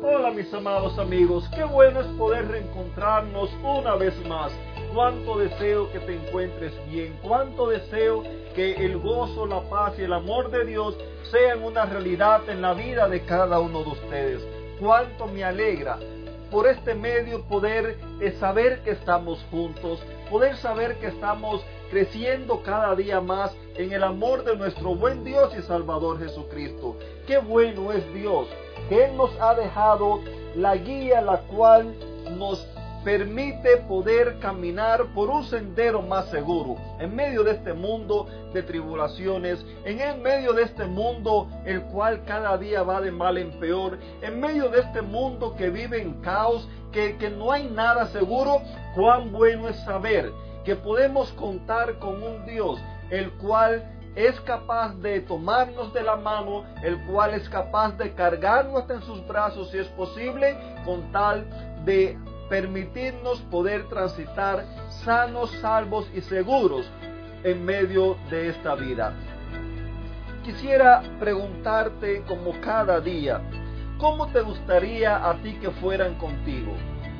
Hola mis amados amigos, qué bueno es poder reencontrarnos una vez más. Cuánto deseo que te encuentres bien, cuánto deseo que el gozo, la paz y el amor de Dios sean una realidad en la vida de cada uno de ustedes. Cuánto me alegra por este medio poder saber que estamos juntos, poder saber que estamos creciendo cada día más en el amor de nuestro buen Dios y Salvador Jesucristo. Qué bueno es Dios, que Él nos ha dejado la guía la cual nos permite poder caminar por un sendero más seguro en medio de este mundo de tribulaciones, en el medio de este mundo el cual cada día va de mal en peor, en medio de este mundo que vive en caos, que no hay nada seguro. Cuán bueno es saber que podemos contar con un Dios el cual es capaz de tomarnos de la mano, el cual es capaz de cargarnos en sus brazos si es posible, con tal de permitirnos poder transitar sanos, salvos y seguros en medio de esta vida. Quisiera preguntarte, como cada día, ¿cómo te gustaría a ti que fueran contigo?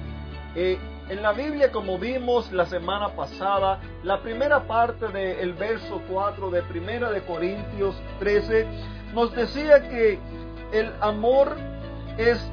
En la Biblia, como vimos la semana pasada, la primera parte del verso 4 de 1 de Corintios 13 nos decía que el amor es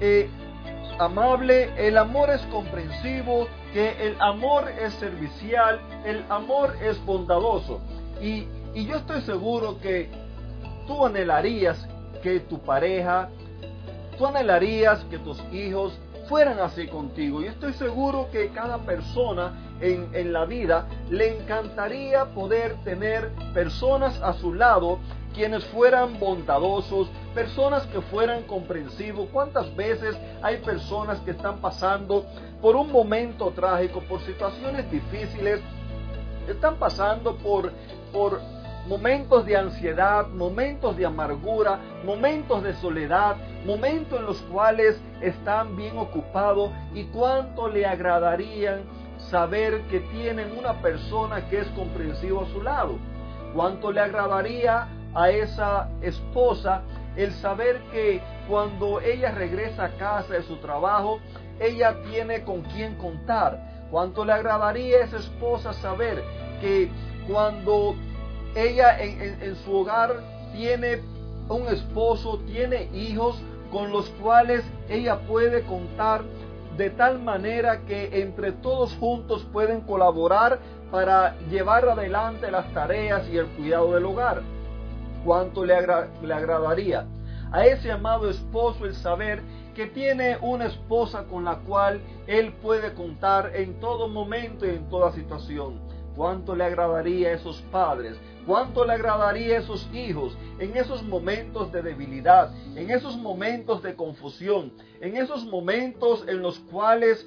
amable, el amor es comprensivo, que el amor es servicial, el amor es bondadoso. Y yo estoy seguro que tú anhelarías que tu pareja, tú anhelarías que tus hijos fueran así contigo. Y estoy seguro que cada persona en la vida le encantaría poder tener personas a su lado quienes fueran bondadosos, personas que fueran comprensivos. ¿Cuántas veces hay personas que están pasando por un momento trágico, por situaciones difíciles, están pasando por momentos de ansiedad, momentos de amargura, momentos de soledad, momentos en los cuales están bien ocupados, y cuánto le agradarían saber que tienen una persona que es comprensiva a su lado? Cuánto le agradaría a esa esposa el saber que cuando ella regresa a casa de su trabajo, ella tiene con quién contar. Cuánto le agradaría a esa esposa saber que cuando ella en su hogar tiene un esposo, tiene hijos con los cuales ella puede contar, de tal manera que entre todos juntos pueden colaborar para llevar adelante las tareas y el cuidado del hogar. Cuánto le agradaría a ese amado esposo el saber que tiene una esposa con la cual él puede contar en todo momento y en toda situación. Cuánto le agradaría a esos padres, cuánto le agradaría a esos hijos en esos momentos de debilidad, en esos momentos de confusión, en esos momentos en los cuales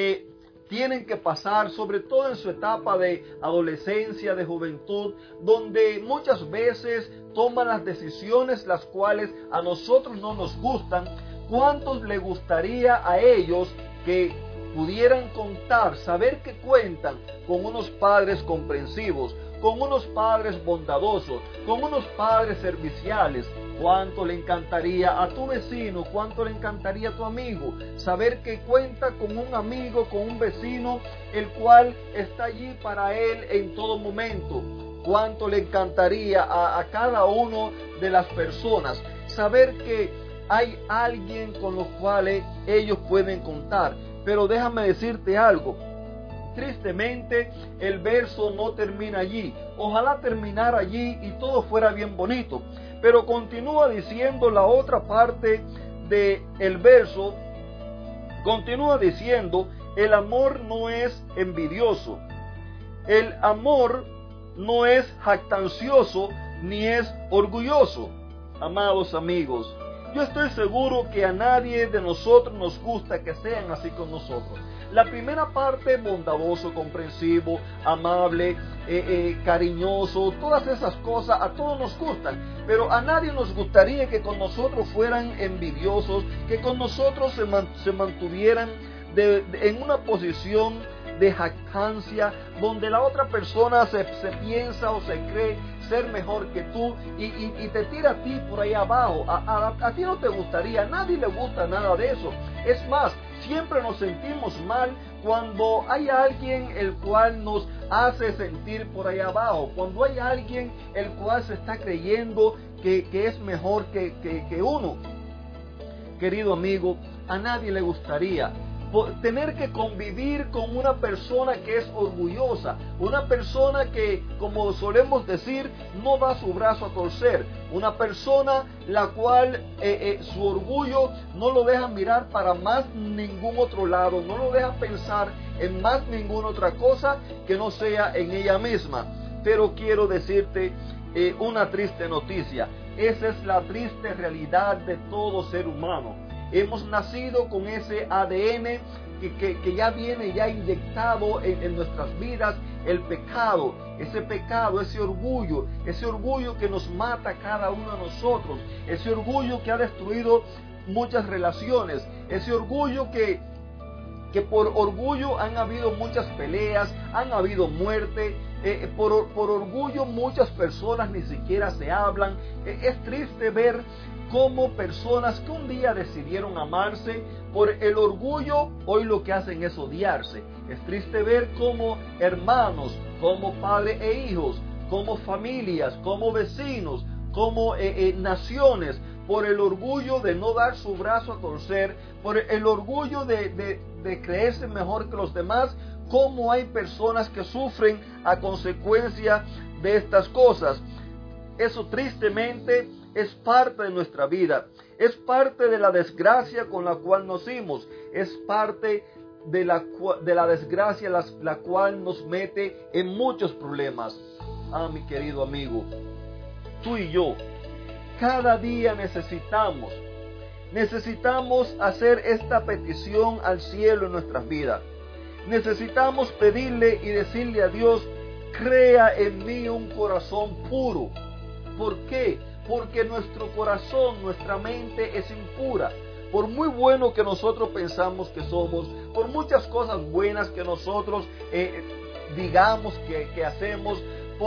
tienen que pasar, sobre todo en su etapa de adolescencia, de juventud, donde muchas veces toman las decisiones las cuales a nosotros no nos gustan. ¿Cuántos le gustaría a ellos que pudieran contar, saber que cuentan con unos padres comprensivos, con unos padres bondadosos, con unos padres serviciales? Cuánto le encantaría a tu vecino, cuánto le encantaría a tu amigo saber que cuenta con un amigo, con un vecino, el cual está allí para él en todo momento. Cuánto le encantaría a cada uno de las personas saber que hay alguien con los cuales ellos pueden contar. Pero déjame decirte algo. Tristemente, el verso no termina allí. Ojalá terminara allí y todo fuera bien bonito. Pero continúa diciendo la otra parte del verso. Continúa diciendo, el amor no es envidioso. El amor no es jactancioso ni es orgulloso. Amados amigos, yo estoy seguro que a nadie de nosotros nos gusta que sean así con nosotros. La primera parte, bondadoso, comprensivo, amable, cariñoso, todas esas cosas a todos nos gustan, pero a nadie nos gustaría que con nosotros fueran envidiosos, que con nosotros se mantuvieran en una posición de jactancia, donde la otra persona se piensa o se cree ser mejor que tú y te tira a ti por ahí abajo. A ti no te gustaría, a nadie le gusta nada de eso. Es más, siempre nos sentimos mal cuando hay alguien el cual nos hace sentir por ahí abajo, cuando hay alguien el cual se está creyendo que es mejor que uno. Querido amigo, a nadie le gustaría tener que convivir con una persona que es orgullosa, una persona que, como solemos decir, no da su brazo a torcer, una persona la cual su orgullo no lo deja mirar para más ningún otro lado, no lo deja pensar en más ninguna otra cosa que no sea en ella misma. Pero quiero decirte una triste noticia. Esa es la triste realidad de todo ser humano. Hemos nacido con ese ADN que ya viene ya inyectado en nuestras vidas, el pecado, ese orgullo que nos mata a cada uno de nosotros, ese orgullo que ha destruido muchas relaciones, ese orgullo que por orgullo han habido muchas peleas, han habido muerte, por orgullo muchas personas ni siquiera se hablan. Es triste ver cómo personas que un día decidieron amarse, por el orgullo hoy lo que hacen es odiarse. Es triste ver cómo hermanos, como padres e hijos, como familias, como vecinos, como naciones, por el orgullo de no dar su brazo a torcer, por el orgullo de creerse mejor que los demás, cómo hay personas que sufren a consecuencia de estas cosas. Eso tristemente es parte de nuestra vida, es parte de la desgracia con la cual nacimos, es parte de la desgracia la cual nos mete en muchos problemas. Mi querido amigo, tú y yo, cada día necesitamos hacer esta petición al cielo en nuestras vidas. Necesitamos pedirle y decirle a Dios: crea en mí un corazón puro. ¿Por qué? Porque nuestro corazón, nuestra mente es impura. Por muy bueno que nosotros pensamos que somos, por muchas cosas buenas que nosotros digamos que hacemos,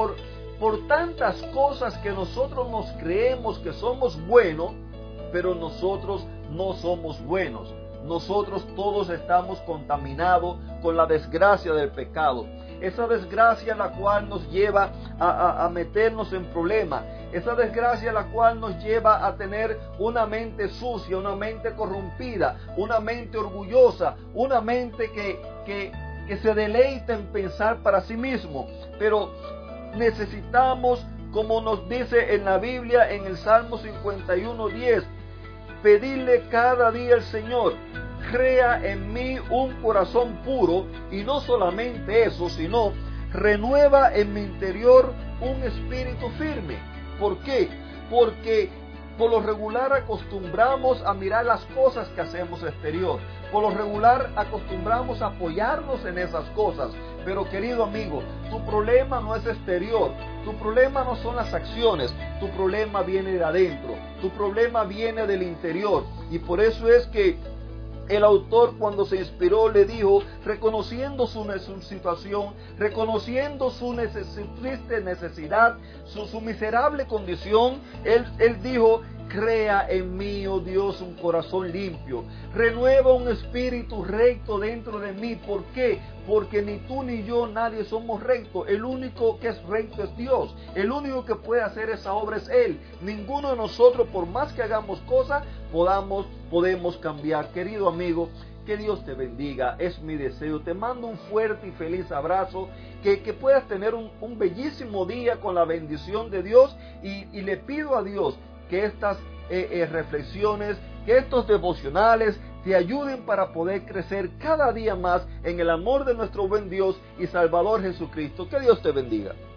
por tantas cosas que nosotros nos creemos que somos buenos, pero nosotros no somos buenos. Nosotros todos estamos contaminados con la desgracia del pecado. Esa desgracia la cual nos lleva a meternos en problemas. Esa desgracia la cual nos lleva a tener una mente sucia, una mente corrompida, una mente orgullosa, una mente que se deleita en pensar para sí mismo. Pero necesitamos, como nos dice en la Biblia, en el Salmo 51:10, pedirle cada día al Señor: crea en mí un corazón puro, y no solamente eso, sino renueva en mi interior un espíritu firme. ¿Por qué? Porque por lo regular acostumbramos a mirar las cosas que hacemos exterior. Por lo regular acostumbramos a apoyarnos en esas cosas. Pero querido amigo, tu problema no es exterior. Tu problema no son las acciones. Tu problema viene de adentro. Tu problema viene del interior. Y por eso es que el autor, cuando se inspiró, le dijo, reconociendo su situación, reconociendo su triste necesidad, su miserable condición, él dijo: crea en mí, oh Dios, un corazón limpio, renueva un espíritu recto dentro de mí. ¿Por qué? Porque ni tú ni yo, nadie somos rectos. El único que es recto es Dios. El único que puede hacer esa obra es Él. Ninguno de nosotros, por más que hagamos cosas, podemos cambiar. Querido amigo, que Dios te bendiga, es mi deseo. Te mando un fuerte y feliz abrazo, que puedas tener un bellísimo día con la bendición de Dios, y le pido a Dios que estas reflexiones, que estos devocionales te ayuden para poder crecer cada día más en el amor de nuestro buen Dios y Salvador Jesucristo. Que Dios te bendiga.